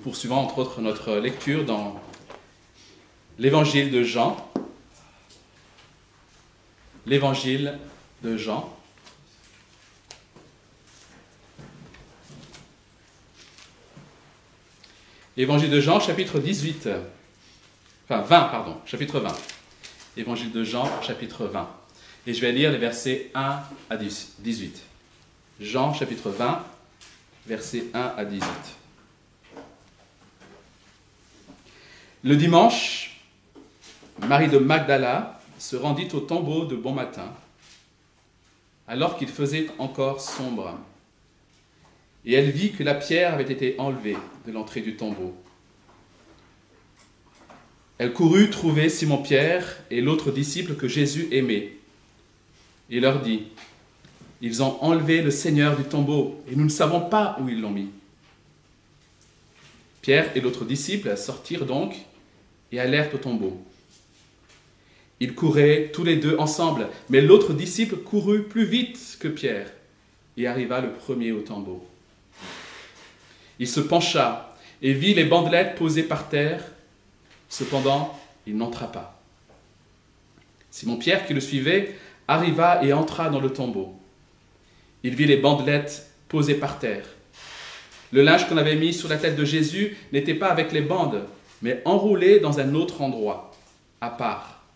poursuivons entre autres notre lecture dans l'Évangile de Jean. L'Évangile de Jean. Évangile de Jean, chapitre 18. Enfin, 20, pardon, chapitre 20. Évangile de Jean, chapitre 20. Et je vais lire les versets 1 à 18. Jean, chapitre 20, versets 1 à 18. Le dimanche, Marie de Magdala se rendit au tombeau de bon matin, alors qu'il faisait encore sombre. Et elle vit que la pierre avait été enlevée de l'entrée du tombeau. Elle courut trouver Simon-Pierre et l'autre disciple que Jésus aimait, et leur dit : « Ils ont enlevé le Seigneur du tombeau, et nous ne savons pas où ils l'ont mis. » Pierre et l'autre disciple sortirent donc et allèrent au tombeau. Ils couraient tous les deux ensemble, mais l'autre disciple courut plus vite que Pierre et arriva le premier au tombeau. Il se pencha et vit les bandelettes posées par terre. Cependant, il n'entra pas. Simon-Pierre, qui le suivait, arriva et entra dans le tombeau. Il vit les bandelettes posées par terre. Le linge qu'on avait mis sur la tête de Jésus n'était pas avec les bandes, mais enroulé dans un autre endroit, à part.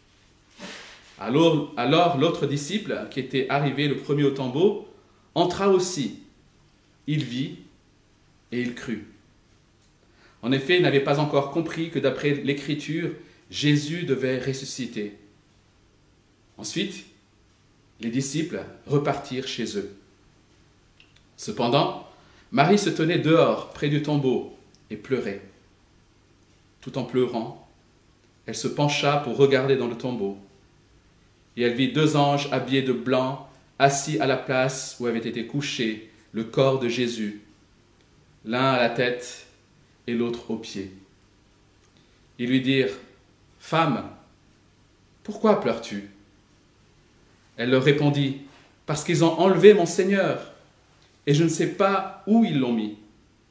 Alors l'autre disciple, qui était arrivé le premier au tombeau, entra aussi. Il vit et il crut. En effet, il n'avait pas encore compris que d'après l'Écriture, Jésus devait ressusciter. Ensuite, les disciples repartirent chez eux. Cependant, Marie se tenait dehors, près du tombeau, et pleurait. Tout en pleurant, elle se pencha pour regarder dans le tombeau. Et elle vit deux anges habillés de blanc, assis à la place où avait été couché le corps de Jésus, l'un à la tête et l'autre aux pieds. Ils lui dirent : « Femme, pourquoi pleures-tu » Elle leur répondit : « Parce qu'ils ont enlevé mon Seigneur, et je ne sais pas où ils l'ont mis. »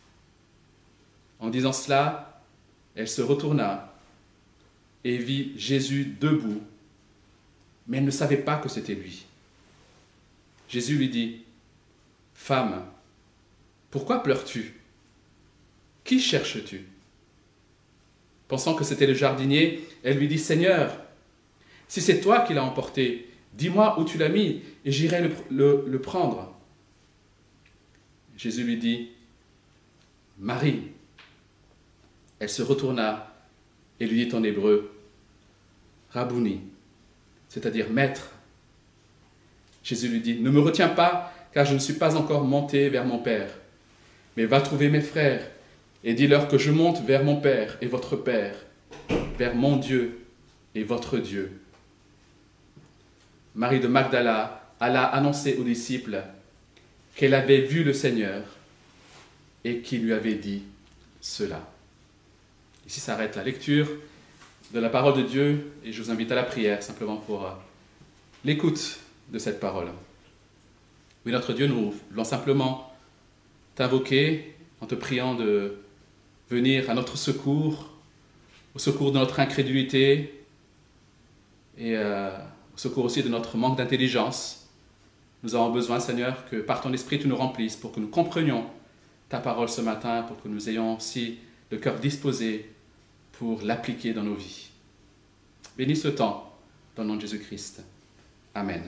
En disant cela, elle se retourna et vit Jésus debout, mais elle ne savait pas que c'était lui. Jésus lui dit : « Femme, pourquoi pleures-tu ? Qui cherches-tu » Pensant que c'était le jardinier, elle lui dit : « Seigneur, si c'est toi qui l'as emporté, dis-moi où tu l'as mis, et j'irai le prendre. » Jésus lui dit : « Marie. » Elle se retourna et lui dit en hébreu : « Rabouni », c'est-à-dire maître. Jésus lui dit : « Ne me retiens pas, car je ne suis pas encore monté vers mon Père. Mais va trouver mes frères et dis-leur que je monte vers mon Père et votre Père, vers mon Dieu et votre Dieu. » Marie de Magdala alla annoncer aux disciples qu'elle avait vu le Seigneur et qu'il lui avait dit cela. Ici s'arrête la lecture de la parole de Dieu et je vous invite à la prière simplement pour l'écoute de cette parole. Oui, notre Dieu, nous voulons simplement t'invoquer en te priant de venir à notre secours, au secours de notre incrédulité et au secours aussi de notre manque d'intelligence. Nous avons besoin, Seigneur, que par ton Esprit tu nous remplisses pour que nous comprenions ta parole ce matin, pour que nous ayons aussi le cœur disposé pour l'appliquer dans nos vies. Bénis ce temps dans le nom de Jésus-Christ. Amen.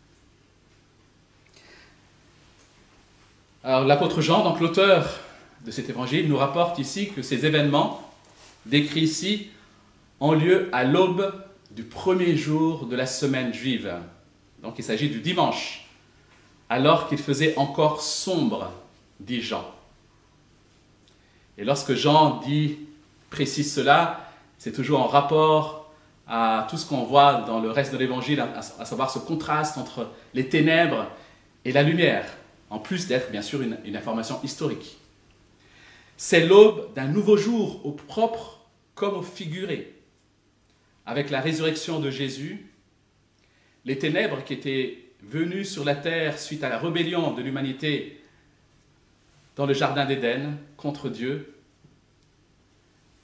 Alors l'apôtre Jean, donc l'auteur de cet évangile, nous rapporte ici que ces événements décrits ici ont lieu à l'aube du premier jour de la semaine juive. Donc il s'agit du dimanche, alors qu'il faisait encore sombre, dit Jean. Et lorsque Jean précise cela, c'est toujours en rapport à tout ce qu'on voit dans le reste de l'évangile, à savoir ce contraste entre les ténèbres et la lumière, en plus d'être bien sûr une information historique. C'est l'aube d'un nouveau jour, au propre comme au figuré. Avec la résurrection de Jésus, les ténèbres qui étaient venues sur la terre suite à la rébellion de l'humanité dans le jardin d'Éden contre Dieu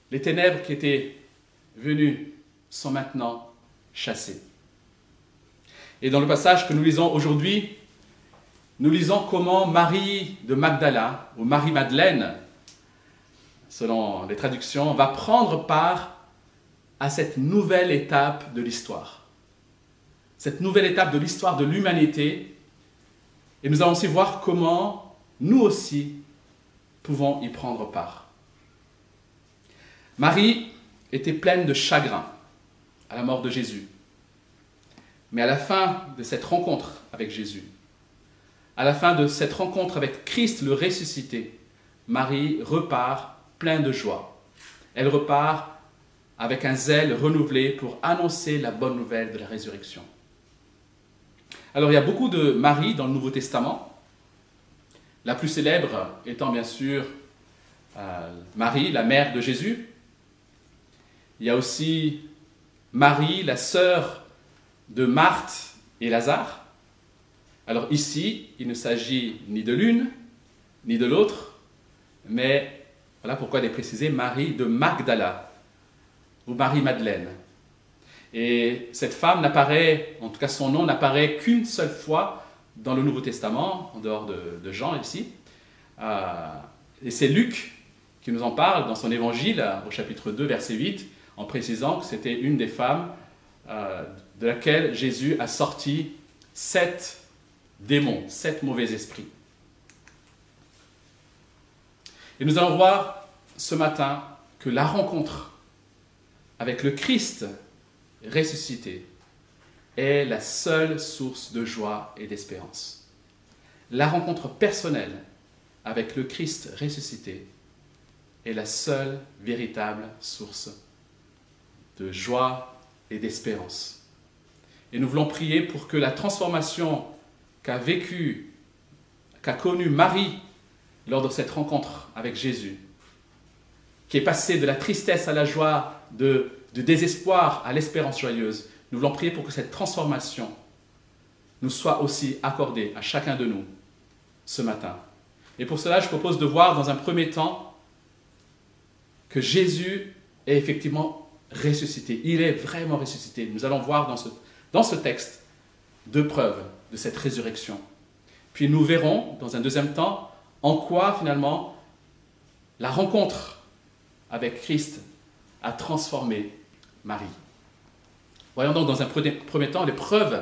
Les ténèbres qui étaient venues sont maintenant chassées. Et dans le passage que nous lisons aujourd'hui, nous lisons comment Marie de Magdala, ou Marie-Madeleine, selon les traductions, va prendre part à cette nouvelle étape de l'histoire. Cette nouvelle étape de l'histoire de l'humanité. Et nous allons aussi voir comment nous aussi pouvons y prendre part. Marie était pleine de chagrin à la mort de Jésus. Mais à la fin de cette rencontre avec Jésus, à la fin de cette rencontre avec Christ le ressuscité, Marie repart pleine de joie. Elle repart avec un zèle renouvelé pour annoncer la bonne nouvelle de la résurrection. Alors il y a beaucoup de Marie dans le Nouveau Testament, la plus célèbre étant bien sûr Marie, la mère de Jésus. Il y a aussi Marie, la sœur de Marthe et Lazare. Alors ici, il ne s'agit ni de l'une, ni de l'autre, mais voilà pourquoi elle est précisée Marie de Magdala, ou Marie-Madeleine. Et cette femme n'apparaît, en tout cas son nom n'apparaît qu'une seule fois dans le Nouveau Testament, en dehors de Jean ici. Et c'est Luc qui nous en parle dans son évangile, au chapitre 2, verset 8, en précisant que c'était une des femmes de laquelle Jésus a sorti 7 démons, 7 mauvais esprits. Et nous allons voir ce matin que la rencontre avec le Christ ressuscité est la seule source de joie et d'espérance. La rencontre personnelle avec le Christ ressuscité est la seule véritable source de joie et d'espérance. Et nous voulons prier pour que la transformation qu'a connue Marie lors de cette rencontre avec Jésus, qui est passée de la tristesse à la joie, du désespoir à l'espérance joyeuse, nous voulons prier pour que cette transformation nous soit aussi accordée à chacun de nous ce matin. Et pour cela, je propose de voir dans un premier temps que Jésus est effectivement ressuscité. Il est vraiment ressuscité. Nous allons voir dans ce texte 2 preuves de cette résurrection. Puis nous verrons dans un deuxième temps en quoi finalement la rencontre avec Christ a transformé Marie. Voyons donc dans un premier temps les preuves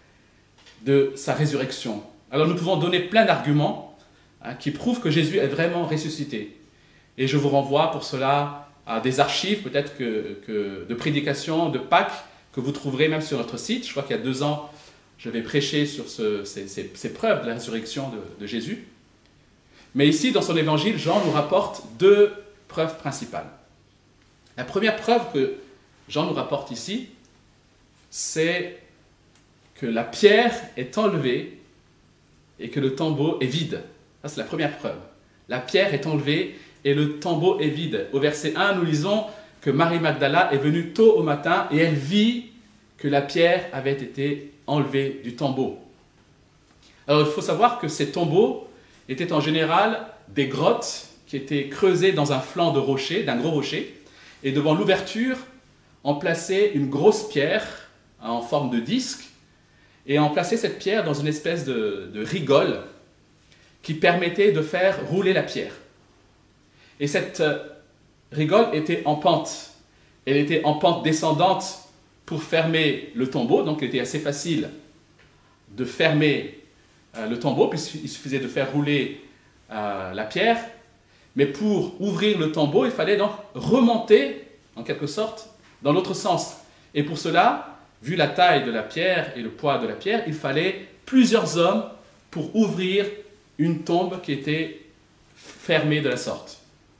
de sa résurrection. Alors nous pouvons donner plein d'arguments qui prouvent que Jésus est vraiment ressuscité. Et je vous renvoie pour cela à des archives peut-être de prédications de Pâques que vous trouverez même sur notre site. Je crois qu'il y a 2 ans, j'avais prêché sur ces preuves de la résurrection de Jésus. Mais ici, dans son évangile, Jean nous rapporte 2 preuves principales. La première preuve que Jean nous rapporte ici, c'est que la pierre est enlevée et que le tombeau est vide. Ça, c'est la première preuve. La pierre est enlevée et le tombeau est vide. Au verset 1, nous lisons que Marie Magdala est venue tôt au matin et elle vit que la pierre avait été enlevée du tombeau. Alors, il faut savoir que ces tombeaux étaient en général des grottes qui étaient creusées dans un flanc de rocher, d'un gros rocher, et devant l'ouverture, on plaçait une grosse pierre en forme de disque, et on plaçait cette pierre dans une espèce de rigole qui permettait de faire rouler la pierre. Et cette rigole était en pente. Elle était en pente descendante pour fermer le tombeau, donc il était assez facile de fermer le tombeau, puisqu'il suffisait de faire rouler la pierre. Mais pour ouvrir le tombeau, il fallait donc remonter, en quelque sorte, dans l'autre sens. Et pour cela, vu la taille de la pierre et le poids de la pierre, il fallait plusieurs hommes pour ouvrir une tombe qui était fermée de la sorte.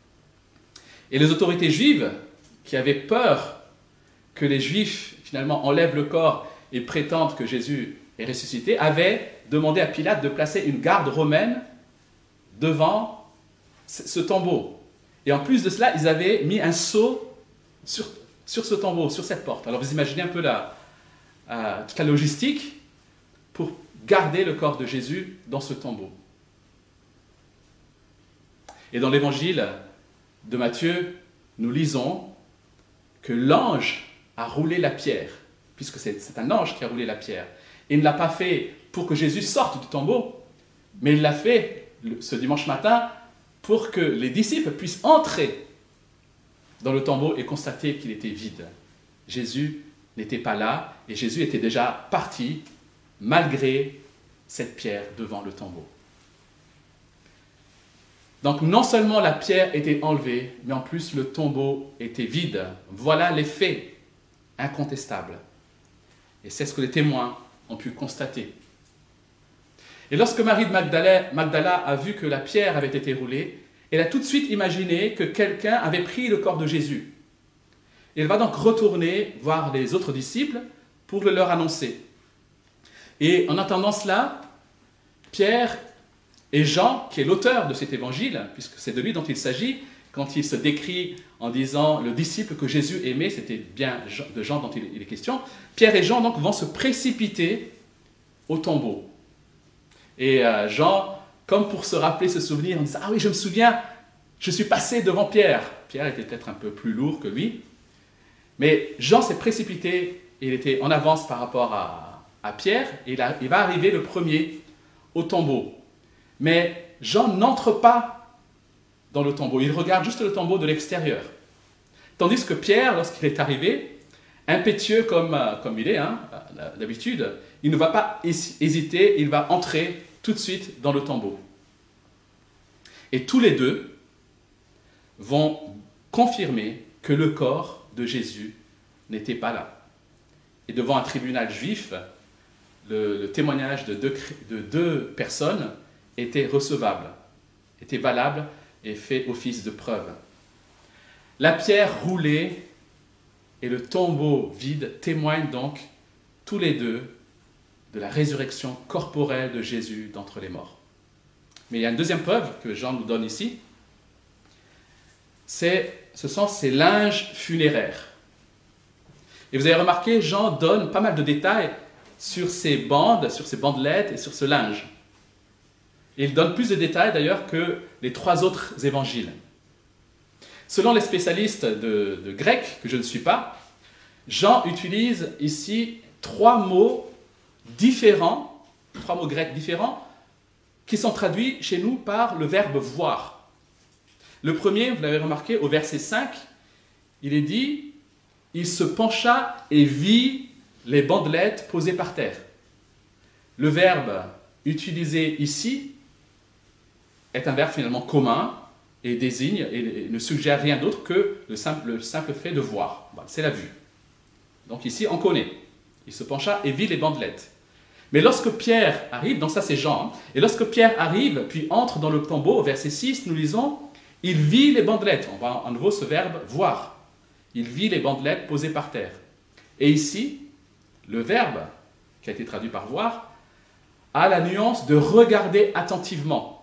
Et les autorités juives, qui avaient peur que les Juifs, finalement, enlèvent le corps et prétendent que Jésus est ressuscité, avaient demandé à Pilate de placer une garde romaine devant ce tombeau. Et en plus de cela, ils avaient mis un sceau sur ce tombeau, sur cette porte. Alors vous imaginez un peu toute la logistique pour garder le corps de Jésus dans ce tombeau. Et dans l'évangile de Matthieu, nous lisons que l'ange a roulé la pierre, puisque c'est un ange qui a roulé la pierre. Il ne l'a pas fait pour que Jésus sorte du tombeau, mais il l'a fait ce dimanche matin pour que les disciples puissent entrer dans le tombeau et constater qu'il était vide. Jésus n'était pas là et Jésus était déjà parti malgré cette pierre devant le tombeau. Donc non seulement la pierre était enlevée, mais en plus le tombeau était vide. Voilà les faits incontestables. Et c'est ce que les témoins ont pu constater. Et lorsque Marie de Magdala a vu que la pierre avait été roulée, elle a tout de suite imaginé que quelqu'un avait pris le corps de Jésus. Et elle va donc retourner voir les autres disciples pour le leur annoncer. Et en attendant cela, Pierre et Jean, qui est l'auteur de cet évangile, puisque c'est de lui dont il s'agit, quand il se décrit en disant le disciple que Jésus aimait, c'était bien de Jean dont il est question, Pierre et Jean donc vont se précipiter au tombeau. Et Jean, comme pour se rappeler ce souvenir, on dit « Ah oui, je me souviens, je suis passé devant Pierre ». Pierre était peut-être un peu plus lourd que lui. Mais Jean s'est précipité, et il était en avance par rapport à Pierre, et il va arriver le premier au tombeau. Mais Jean n'entre pas dans le tombeau, il regarde juste le tombeau de l'extérieur. Tandis que Pierre, lorsqu'il est arrivé, impétueux comme il est, d'habitude, il ne va pas hésiter, il va entrer tout de suite dans le tombeau. Et tous les deux vont confirmer que le corps de Jésus n'était pas là. Et devant un tribunal juif, le témoignage de deux personnes était recevable, était valable et fait office de preuve. La pierre roulée et le tombeau vide témoignent donc tous les deux de la résurrection corporelle de Jésus d'entre les morts. Mais il y a une deuxième preuve que Jean nous donne ici, ce sont ces linges funéraires. Et vous avez remarqué, Jean donne pas mal de détails sur ces bandes, sur ces bandelettes et sur ce linge. Et il donne plus de détails d'ailleurs que les 3 autres évangiles. Selon les spécialistes de grec, que je ne suis pas, Jean utilise ici 3 mots différents, 3 mots grecs différents, qui sont traduits chez nous par le verbe voir. Le premier, vous l'avez remarqué, au verset 5, il est dit « Il se pencha et vit les bandelettes posées par terre ». Le verbe utilisé ici est un verbe finalement commun et désigne et ne suggère rien d'autre que le simple fait de voir. Voilà, c'est la vue. Donc ici, on connaît. Il se pencha et vit les bandelettes. Mais lorsque Pierre arrive, donc ça c'est Jean, et lorsque Pierre arrive, puis entre dans le tombeau, au verset 6, nous lisons « Il vit les bandelettes ». On voit à nouveau ce verbe « voir ». Il vit les bandelettes posées par terre. Et ici, le verbe, qui a été traduit par « voir », a la nuance de regarder attentivement.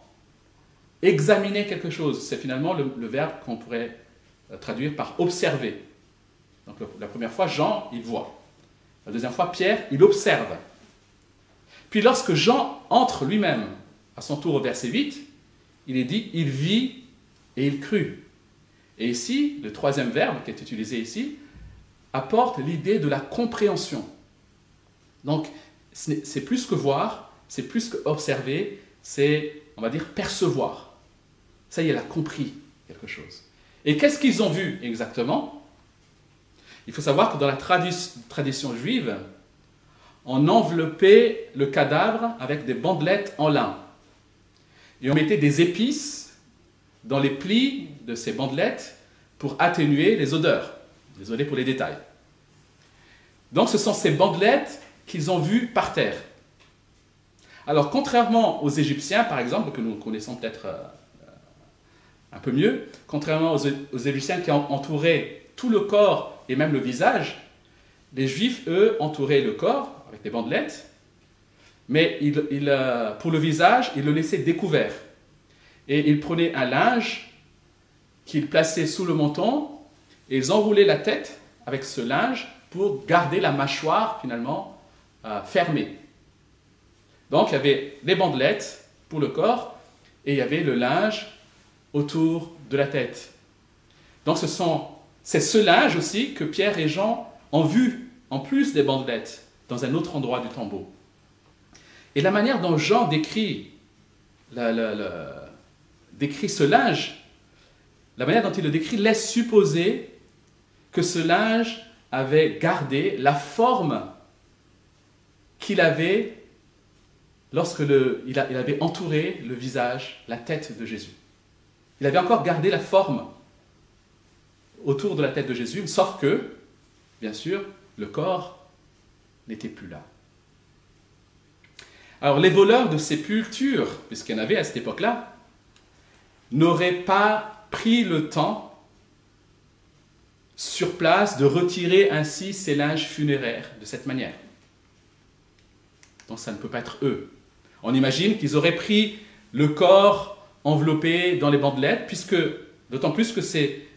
Examiner quelque chose, c'est finalement le verbe qu'on pourrait traduire par observer. Donc la première fois, Jean, il voit. La deuxième fois, Pierre, il observe. Puis lorsque Jean entre lui-même, à son tour au verset 8, il est dit, il vit et il crut. Et ici, le troisième verbe qui est utilisé ici, apporte l'idée de la compréhension. Donc, c'est plus que voir, c'est plus que observer, c'est, on va dire, percevoir. Ça y est, il a compris quelque chose. Et qu'est-ce qu'ils ont vu exactement? Il faut savoir que dans la tradition juive, on enveloppait le cadavre avec des bandelettes en lin. Et on mettait des épices dans les plis de ces bandelettes pour atténuer les odeurs. Désolé pour les détails. Donc ce sont ces bandelettes qu'ils ont vues par terre. Alors contrairement aux Égyptiens, par exemple, que nous connaissons peut-être un peu mieux, contrairement aux Égyptiens qui entouraient tout le corps et même le visage, les Juifs, eux, entouraient le corps avec des bandelettes, mais pour le visage, ils le laissaient découvert. Et ils prenaient un linge qu'ils plaçaient sous le menton, et ils enroulaient la tête avec ce linge pour garder la mâchoire, finalement, fermée. Donc, il y avait les bandelettes pour le corps, et il y avait le linge autour de la tête. Donc c'est ce linge aussi que Pierre et Jean ont vu, en plus des bandelettes, dans un autre endroit du tombeau. Et la manière dont Jean décrit ce linge, la manière dont il le décrit laisse supposer que ce linge avait gardé la forme qu'il avait il avait entouré le visage, la tête de Jésus. Il avait encore gardé la forme autour de la tête de Jésus, sauf que, bien sûr, le corps n'était plus là. Alors, les voleurs de sépultures, puisqu'il y en avait à cette époque-là, n'auraient pas pris le temps sur place de retirer ainsi ces linges funéraires de cette manière. Donc ça ne peut pas être eux. On imagine qu'ils auraient pris le corps enveloppé dans les bandelettes, d'autant plus que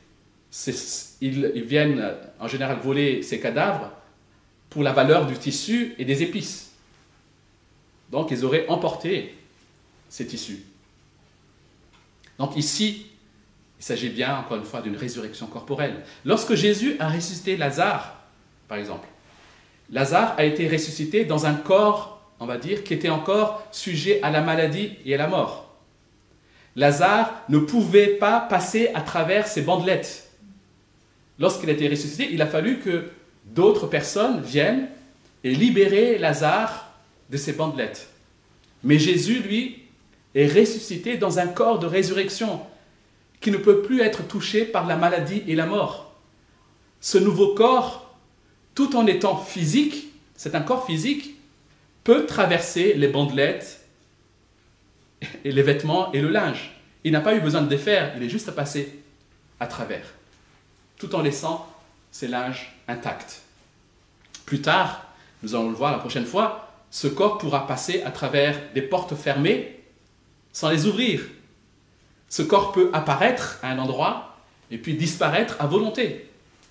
ils viennent en général voler ces cadavres pour la valeur du tissu et des épices. Donc ils auraient emporté ces tissus. Donc ici, il s'agit bien, encore une fois, d'une résurrection corporelle. Lorsque Jésus a ressuscité Lazare, par exemple, Lazare a été ressuscité dans un corps, on va dire, qui était encore sujet à la maladie et à la mort. Lazare ne pouvait pas passer à travers ces bandelettes. Lorsqu'il a été ressuscité, il a fallu que d'autres personnes viennent et libérer Lazare de ces bandelettes. Mais Jésus, lui, est ressuscité dans un corps de résurrection qui ne peut plus être touché par la maladie et la mort. Ce nouveau corps, tout en étant physique, c'est un corps physique, peut traverser les bandelettes et les vêtements et le linge. Il n'a pas eu besoin de défaire, il est juste à passer à travers, tout en laissant ses linges intacts. Plus tard, nous allons le voir la prochaine fois, ce corps pourra passer à travers des portes fermées sans les ouvrir. Ce corps peut apparaître à un endroit et puis disparaître à volonté.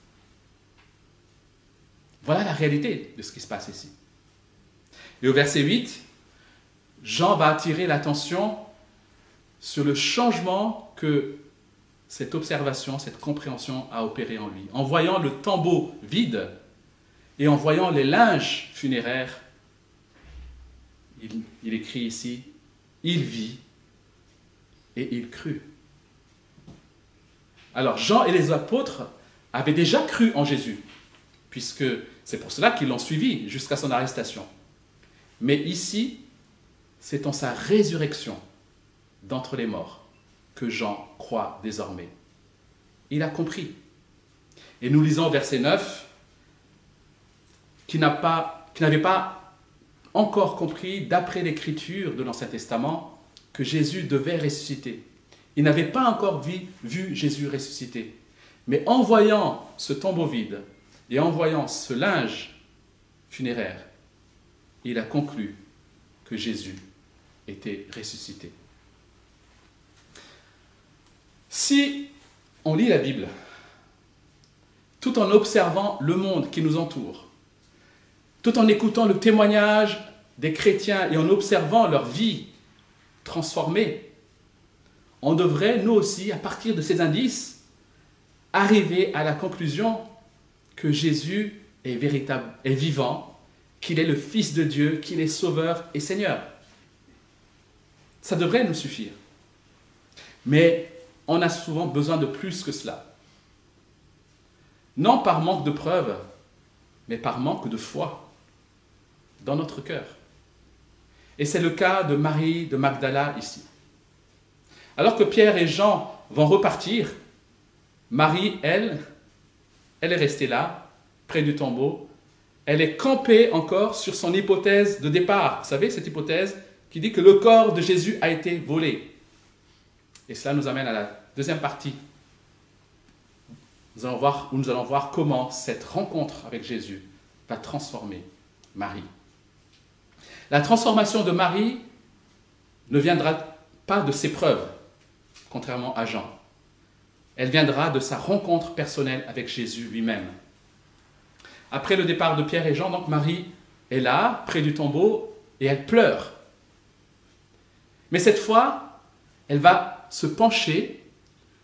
Voilà la réalité de ce qui se passe ici. Et au verset 8, Jean va attirer l'attention sur le changement que cette observation, cette compréhension a opéré en lui. En voyant le tombeau vide et en voyant les linges funéraires, il écrit ici, il vit et il crut. Alors Jean et les apôtres avaient déjà cru en Jésus, puisque c'est pour cela qu'ils l'ont suivi jusqu'à son arrestation. Mais ici, c'est en sa résurrection d'entre les morts que Jean croit désormais. Il a compris. Et nous lisons au verset 9 qu'il n'avait pas encore compris, d'après l'écriture de l'Ancien Testament, que Jésus devait ressusciter. Il n'avait pas encore vu Jésus ressusciter. Mais en voyant ce tombeau vide et en voyant ce linge funéraire, il a conclu que Jésus était ressuscité. Si on lit la Bible, tout en observant le monde qui nous entoure, tout en écoutant le témoignage des chrétiens et en observant leur vie transformée, on devrait, nous aussi, à partir de ces indices, arriver à la conclusion que Jésus est véritable, est vivant, qu'il est le Fils de Dieu, qu'il est Sauveur et Seigneur. Ça devrait nous suffire. Mais on a souvent besoin de plus que cela. Non par manque de preuves, mais par manque de foi dans notre cœur. Et c'est le cas de Marie de Magdala ici. Alors que Pierre et Jean vont repartir, Marie, elle est restée là, près du tombeau. Elle est campée encore sur son hypothèse de départ. Vous savez, cette hypothèse qui dit que le corps de Jésus a été volé. Et cela nous amène à la deuxième partie. Nous allons voir comment cette rencontre avec Jésus va transformer Marie. La transformation de Marie ne viendra pas de ses preuves, contrairement à Jean. Elle viendra de sa rencontre personnelle avec Jésus lui-même. Après le départ de Pierre et Jean, donc Marie est là, près du tombeau, et elle pleure. Mais cette fois, elle va se pencher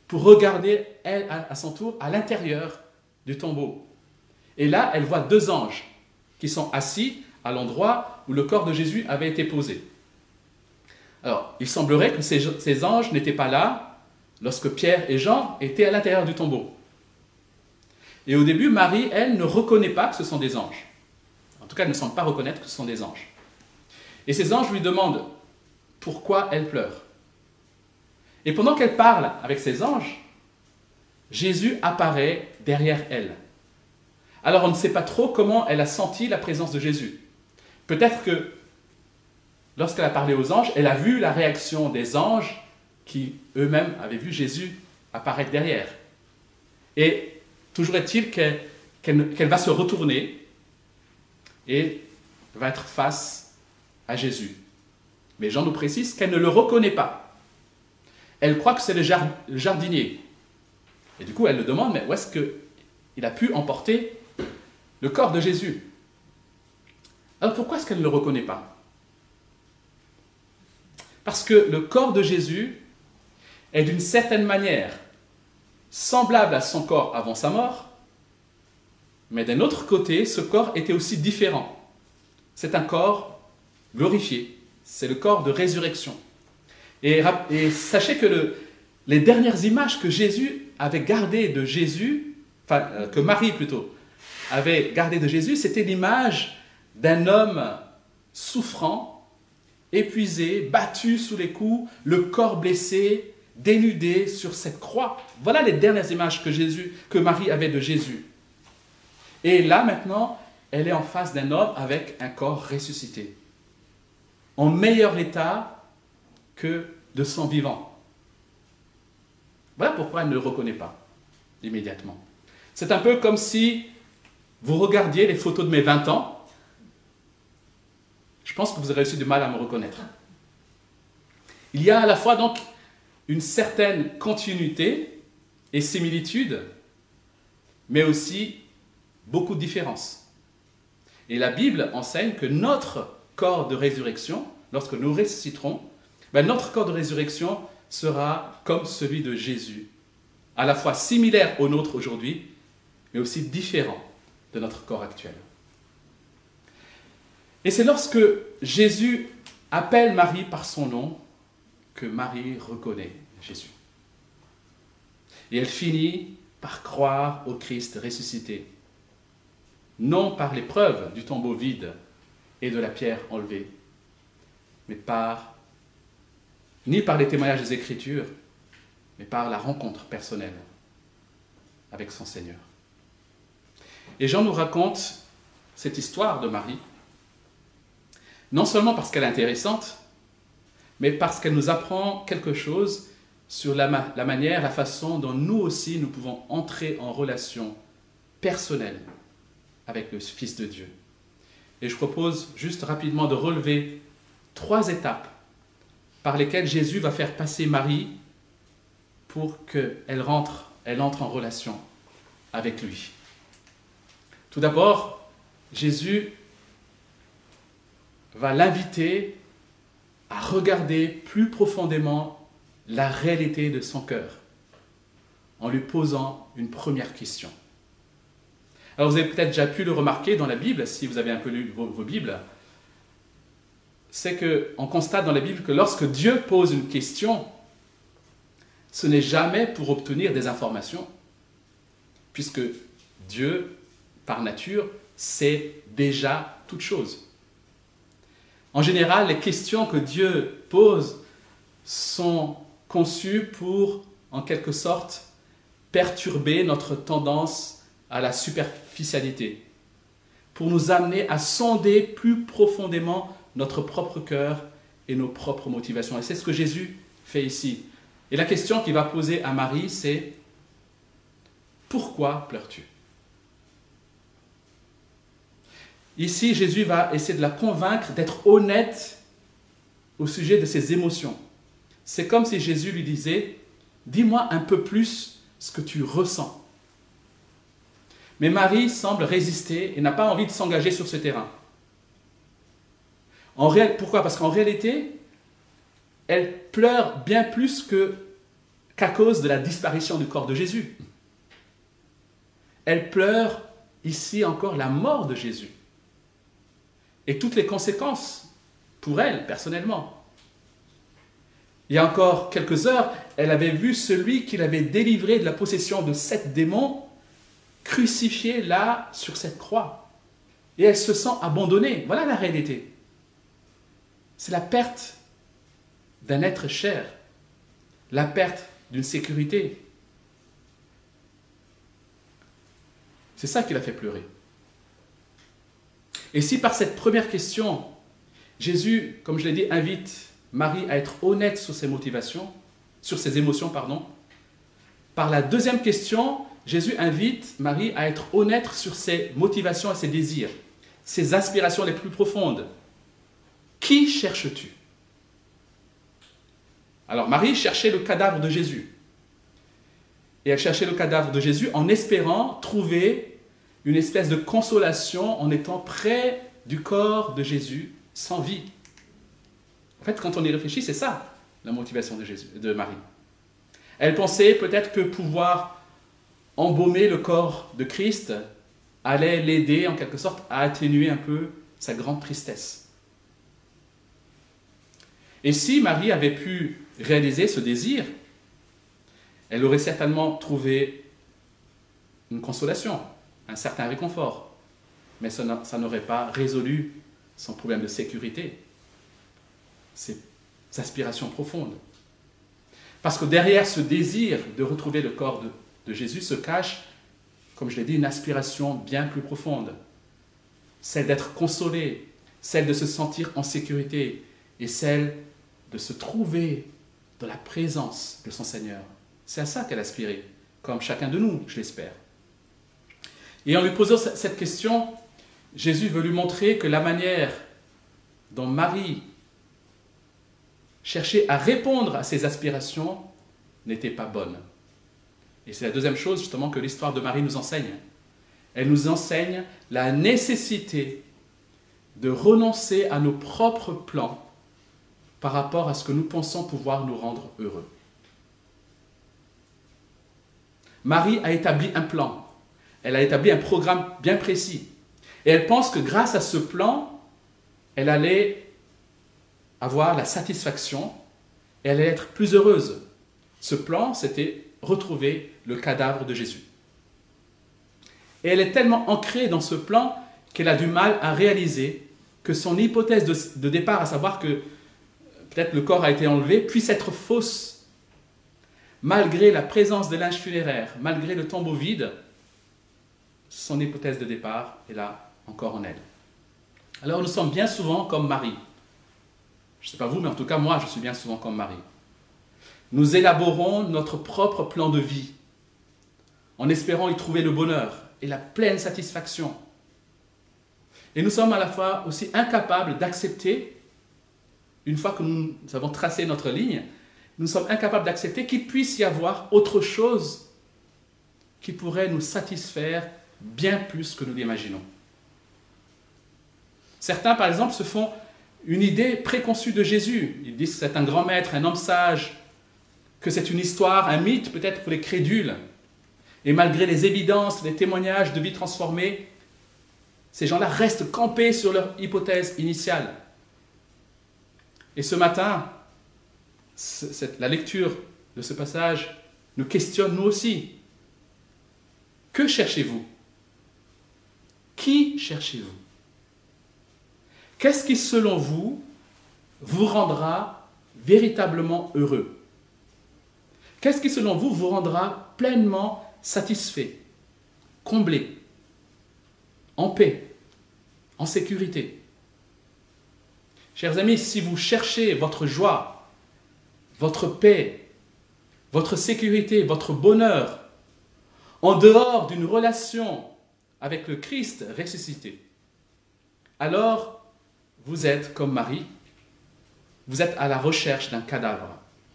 pour regarder, elle, à son tour, à l'intérieur du tombeau. Et là, elle voit 2 anges qui sont assis à l'endroit où le corps de Jésus avait été posé. Alors, il semblerait que ces anges n'étaient pas là lorsque Pierre et Jean étaient à l'intérieur du tombeau. Et au début, Marie, elle, ne reconnaît pas que ce sont des anges. En tout cas, elle ne semble pas reconnaître que ce sont des anges. Et ces anges lui demandent pourquoi elle pleure. Et pendant qu'elle parle avec ces anges, Jésus apparaît derrière elle. Alors on ne sait pas trop comment elle a senti la présence de Jésus. Peut-être que lorsqu'elle a parlé aux anges, elle a vu la réaction des anges qui eux-mêmes avaient vu Jésus apparaître derrière. Et toujours est-il qu'elle va se retourner et va être face à Jésus. Mais Jean nous précise qu'elle ne le reconnaît pas. Elle croit que c'est le jardinier. Et du coup, elle le demande, mais où est-ce qu'il a pu emporter le corps de Jésus? Alors pourquoi est-ce qu'elle ne le reconnaît pas? Parce que le corps de Jésus est d'une certaine manière semblable à son corps avant sa mort, mais d'un autre côté, ce corps était aussi différent. C'est un corps glorifié, c'est le corps de résurrection. Et sachez que les dernières images que Jésus avait gardées de Jésus, que Marie plutôt, avait gardé de Jésus, c'était l'image d'un homme souffrant, épuisé, battu sous les coups, le corps blessé, dénudé sur cette croix. Voilà les dernières images que Marie avait de Jésus. Et là maintenant, elle est en face d'un homme avec un corps ressuscité, en meilleur état que de son vivant. Voilà pourquoi elle ne le reconnaît pas immédiatement. C'est un peu comme si vous regardiez les photos de mes 20 ans. Je pense que vous aurez aussi du mal à me reconnaître. Il y a à la fois donc une certaine continuité et similitude, mais aussi beaucoup de différences. Et la Bible enseigne que notre corps de résurrection, lorsque nous ressusciterons, notre corps de résurrection sera comme celui de Jésus, à la fois similaire au nôtre aujourd'hui, mais aussi différent de notre corps actuel. Et c'est lorsque Jésus appelle Marie par son nom que Marie reconnaît Jésus. Et elle finit par croire au Christ ressuscité, non par les preuves du tombeau vide et de la pierre enlevée, mais ni par les témoignages des Écritures, mais par la rencontre personnelle avec son Seigneur. Et Jean nous raconte cette histoire de Marie, non seulement parce qu'elle est intéressante, mais parce qu'elle nous apprend quelque chose sur la manière, la façon dont nous aussi nous pouvons entrer en relation personnelle avec le Fils de Dieu. Et je propose juste rapidement de relever 3 étapes par lesquelles Jésus va faire passer Marie pour qu'elle entre en relation avec lui. Tout d'abord, Jésus va l'inviter à regarder plus profondément la réalité de son cœur en lui posant une première question. Alors vous avez peut-être déjà pu le remarquer dans la Bible, si vous avez un peu lu vos Bibles, c'est qu'on constate dans la Bible que lorsque Dieu pose une question, ce n'est jamais pour obtenir des informations, puisque Dieu, par nature, sait déjà toute chose. En général, les questions que Dieu pose sont conçues pour, en quelque sorte, perturber notre tendance à la superficialité, pour nous amener à sonder plus profondément notre propre cœur et nos propres motivations. Et c'est ce que Jésus fait ici. Et la question qu'il va poser à Marie, c'est « Pourquoi pleures-tu » Ici, Jésus va essayer de la convaincre d'être honnête au sujet de ses émotions. C'est comme si Jésus lui disait « Dis-moi un peu plus ce que tu ressens ». Mais Marie semble résister et n'a pas envie de s'engager sur ce terrain. Pourquoi? Parce qu'en réalité, elle pleure bien plus que qu'à cause de la disparition du corps de Jésus. Elle pleure ici encore la mort de Jésus et toutes les conséquences pour elle personnellement. Il y a encore quelques heures, elle avait vu celui qui l'avait délivré de la possession de 7 démons crucifié là sur cette croix. Et elle se sent abandonnée. Voilà la réalité. C'est la perte d'un être cher, la perte d'une sécurité. C'est ça qui l'a fait pleurer. Et si par cette première question, Jésus, comme je l'ai dit, invite Marie à être honnête sur ses motivations, sur ses émotions, par la deuxième question, Jésus invite Marie à être honnête sur ses motivations et ses désirs, ses aspirations les plus profondes. Qui cherches-tu? Alors Marie cherchait le cadavre de Jésus. Et elle cherchait le cadavre de Jésus en espérant trouver une espèce de consolation en étant près du corps de Jésus sans vie. En fait, quand on y réfléchit, c'est ça la motivation de Marie. Elle pensait peut-être que pouvoir embaumer le corps de Christ allait l'aider en quelque sorte à atténuer un peu sa grande tristesse. Et si Marie avait pu réaliser ce désir, elle aurait certainement trouvé une consolation, un certain réconfort, mais ça n'aurait pas résolu son problème de sécurité, ses aspirations profondes. Parce que derrière ce désir de retrouver le corps de Jésus se cache, comme je l'ai dit, une aspiration bien plus profonde, celle d'être consolé, celle de se sentir en sécurité et celle de se trouver dans la présence de son Seigneur. C'est à ça qu'elle aspirait, comme chacun de nous, je l'espère. Et en lui posant cette question, Jésus veut lui montrer que la manière dont Marie cherchait à répondre à ses aspirations n'était pas bonne. Et c'est la deuxième chose justement que l'histoire de Marie nous enseigne. Elle nous enseigne la nécessité de renoncer à nos propres plans par rapport à ce que nous pensons pouvoir nous rendre heureux. Marie a établi un plan, elle a établi un programme bien précis. Et elle pense que grâce à ce plan, elle allait avoir la satisfaction et elle allait être plus heureuse. Ce plan, c'était retrouver le cadavre de Jésus. Et elle est tellement ancrée dans ce plan qu'elle a du mal à réaliser que son hypothèse de départ, à savoir que peut-être le corps a été enlevé, puisse être fausse. Malgré la présence des linges funéraires, malgré le tombeau vide, son hypothèse de départ est là encore en elle. Alors nous sommes bien souvent comme Marie. Je ne sais pas vous, mais en tout cas moi je suis bien souvent comme Marie. Nous élaborons notre propre plan de vie en espérant y trouver le bonheur et la pleine satisfaction. Et nous sommes à la fois aussi incapables d'accepter, une fois que nous avons tracé notre ligne, nous sommes incapables d'accepter qu'il puisse y avoir autre chose qui pourrait nous satisfaire bien plus que nous l'imaginons. Certains, par exemple, se font une idée préconçue de Jésus. Ils disent que c'est un grand maître, un homme sage, que c'est une histoire, un mythe peut-être pour les crédules. Et malgré les évidences, les témoignages de vie transformée, ces gens-là restent campés sur leur hypothèse initiale. Et ce matin, la lecture de ce passage nous questionne nous aussi. Que cherchez-vous? Qui cherchez-vous? Qu'est-ce qui, selon vous, vous rendra véritablement heureux? Qu'est-ce qui, selon vous, vous rendra pleinement satisfait, comblé, en paix, en sécurité? Chers amis, si vous cherchez votre joie, votre paix, votre sécurité, votre bonheur, en dehors d'une relation avec le Christ ressuscité, alors vous êtes comme Marie, vous êtes à la recherche d'un cadavre.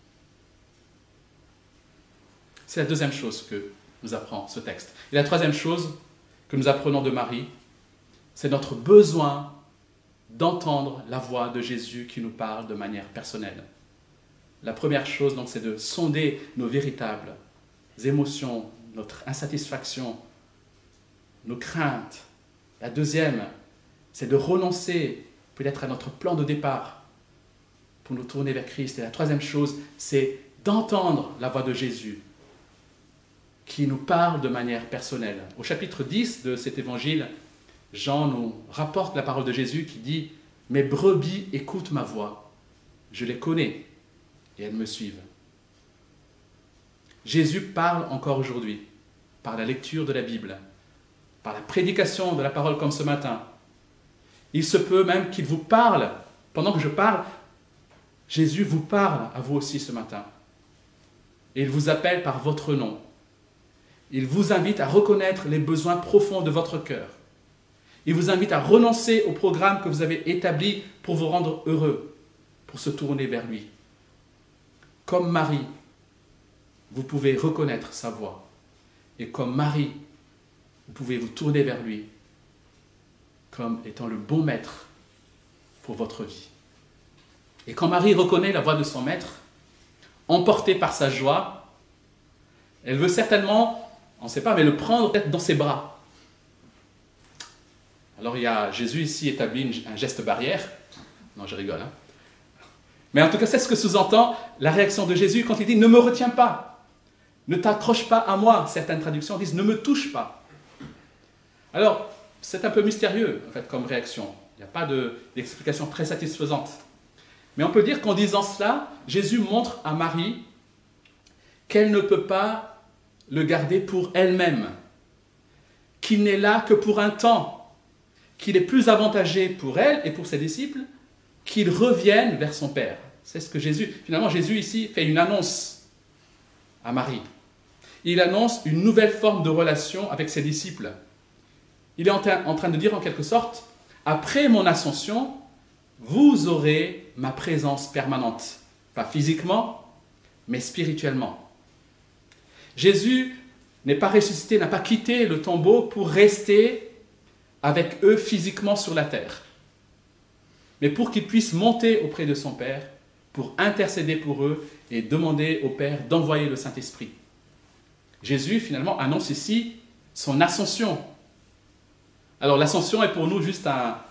C'est la deuxième chose que nous apprend ce texte. Et la troisième chose que nous apprenons de Marie, c'est notre besoin d'entendre la voix de Jésus qui nous parle de manière personnelle. La première chose, donc, c'est de sonder nos véritables émotions, notre insatisfaction, nos craintes. La deuxième, c'est de renoncer peut-être à notre plan de départ pour nous tourner vers Christ. Et la troisième chose, c'est d'entendre la voix de Jésus qui nous parle de manière personnelle. Au chapitre 10 de cet évangile, Jean nous rapporte la parole de Jésus qui dit « Mes brebis écoutent ma voix, je les connais et elles me suivent. » Jésus parle encore aujourd'hui par la lecture de la Bible, par la prédication de la parole comme ce matin. Il se peut même qu'il vous parle. Pendant que je parle, Jésus vous parle à vous aussi ce matin. Et il vous appelle par votre nom. Il vous invite à reconnaître les besoins profonds de votre cœur. Il vous invite à renoncer au programme que vous avez établi pour vous rendre heureux, pour se tourner vers lui. Comme Marie, vous pouvez reconnaître sa voix. Et comme Marie, vous pouvez vous tourner vers lui comme étant le bon maître pour votre vie. Et quand Marie reconnaît la voix de son maître, emportée par sa joie, elle veut certainement, on ne sait pas, mais le prendre peut-être dans ses bras. Alors il y a Jésus ici établit un geste barrière. Non, je rigole. Hein. Mais en tout cas, c'est ce que sous-entend la réaction de Jésus quand il dit « Ne me retiens pas, ne t'accroche pas à moi ». Certaines traductions disent « Ne me touche pas ». Alors, c'est un peu mystérieux en fait, comme réaction. Il n'y a pas d'explication très satisfaisante. Mais on peut dire qu'en disant cela, Jésus montre à Marie qu'elle ne peut pas le garder pour elle-même, qu'il n'est là que pour un temps, qu'il est plus avantagé pour elle et pour ses disciples qu'il revienne vers son Père. C'est ce que finalement Jésus ici fait une annonce à Marie. Il annonce une nouvelle forme de relation avec ses disciples. Il est en train de dire en quelque sorte, après mon ascension, vous aurez ma présence permanente. Pas physiquement, mais spirituellement. Jésus n'est pas ressuscité, n'a pas quitté le tombeau pour rester avec eux physiquement sur la terre, mais pour qu'il puisse monter auprès de son Père, pour intercéder pour eux et demander au Père d'envoyer le Saint-Esprit. Jésus, finalement, annonce ici son ascension. Alors, l'ascension est pour nous juste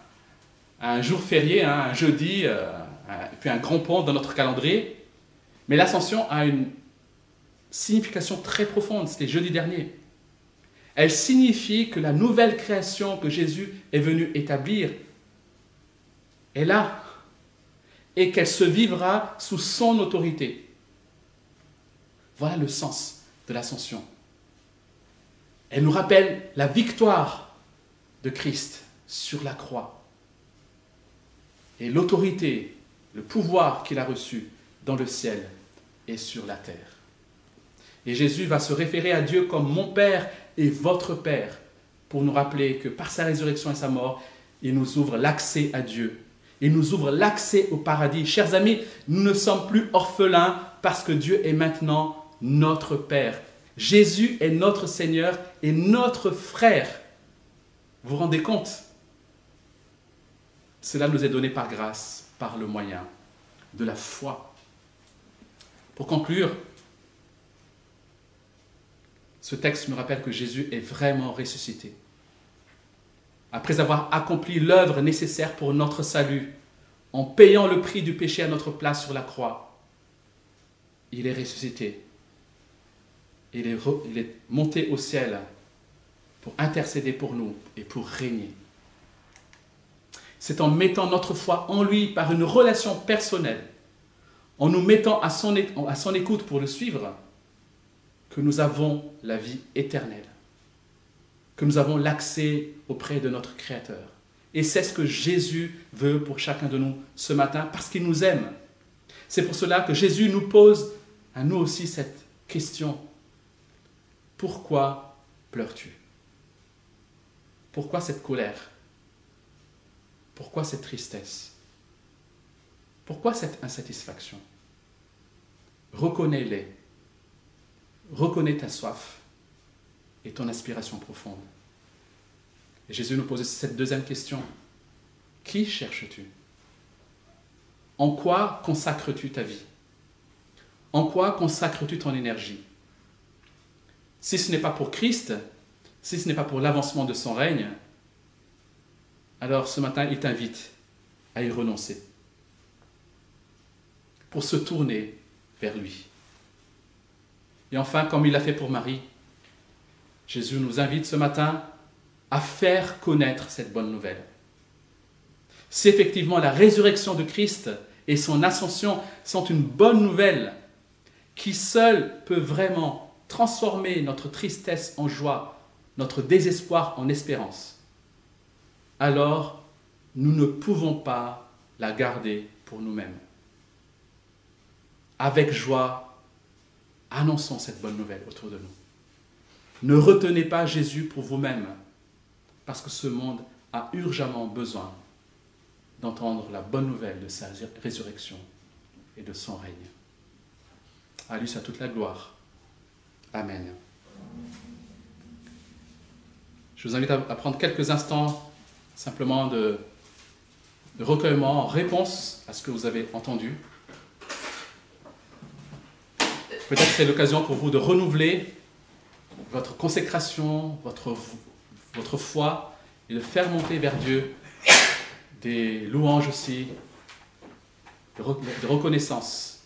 un jour férié, hein, un jeudi, puis un grand pont dans notre calendrier. Mais l'ascension a une signification très profonde. C'était jeudi dernier. Elle signifie que la nouvelle création que Jésus est venu établir est là et qu'elle se vivra sous son autorité. Voilà le sens de l'ascension. Elle nous rappelle la victoire de Christ sur la croix et l'autorité, le pouvoir qu'il a reçu dans le ciel et sur la terre. Et Jésus va se référer à Dieu comme mon Père et votre Père pour nous rappeler que par sa résurrection et sa mort, il nous ouvre l'accès à Dieu. Il nous ouvre l'accès au paradis. Chers amis, nous ne sommes plus orphelins parce que Dieu est maintenant notre Père. Jésus est notre Seigneur et notre frère. Vous vous rendez compte? Cela nous est donné par grâce, par le moyen de la foi. Pour conclure, ce texte me rappelle que Jésus est vraiment ressuscité. Après avoir accompli l'œuvre nécessaire pour notre salut, en payant le prix du péché à notre place sur la croix, il est ressuscité. Il est monté au ciel pour intercéder pour nous et pour régner. C'est en mettant notre foi en lui par une relation personnelle, en nous mettant à son écoute pour le suivre, que nous avons la vie éternelle, que nous avons l'accès auprès de notre Créateur. Et c'est ce que Jésus veut pour chacun de nous ce matin, parce qu'il nous aime. C'est pour cela que Jésus nous pose à nous aussi cette question. Pourquoi pleures-tu? Pourquoi cette colère? Pourquoi cette tristesse? Pourquoi cette insatisfaction? Reconnais-les. Reconnais ta soif et ton aspiration profonde. Et Jésus nous pose cette deuxième question. Qui cherches-tu? En quoi consacres-tu ta vie? En quoi consacres-tu ton énergie? Si ce n'est pas pour Christ, si ce n'est pas pour l'avancement de son règne, alors ce matin, il t'invite à y renoncer, pour se tourner vers lui. Et enfin, comme il l'a fait pour Marie, Jésus nous invite ce matin à faire connaître cette bonne nouvelle. Si effectivement la résurrection de Christ et son ascension sont une bonne nouvelle qui seule peut vraiment transformer notre tristesse en joie, notre désespoir en espérance, alors nous ne pouvons pas la garder pour nous-mêmes. Avec joie, annonçons cette bonne nouvelle autour de nous. Ne retenez pas Jésus pour vous-même, parce que ce monde a urgemment besoin d'entendre la bonne nouvelle de sa résurrection et de son règne. À lui soit toute la gloire. Amen. Je vous invite à prendre quelques instants simplement de recueillement en réponse à ce que vous avez entendu. Peut-être que c'est l'occasion pour vous de renouveler votre consécration, votre foi, et de faire monter vers Dieu des louanges aussi, de reconnaissance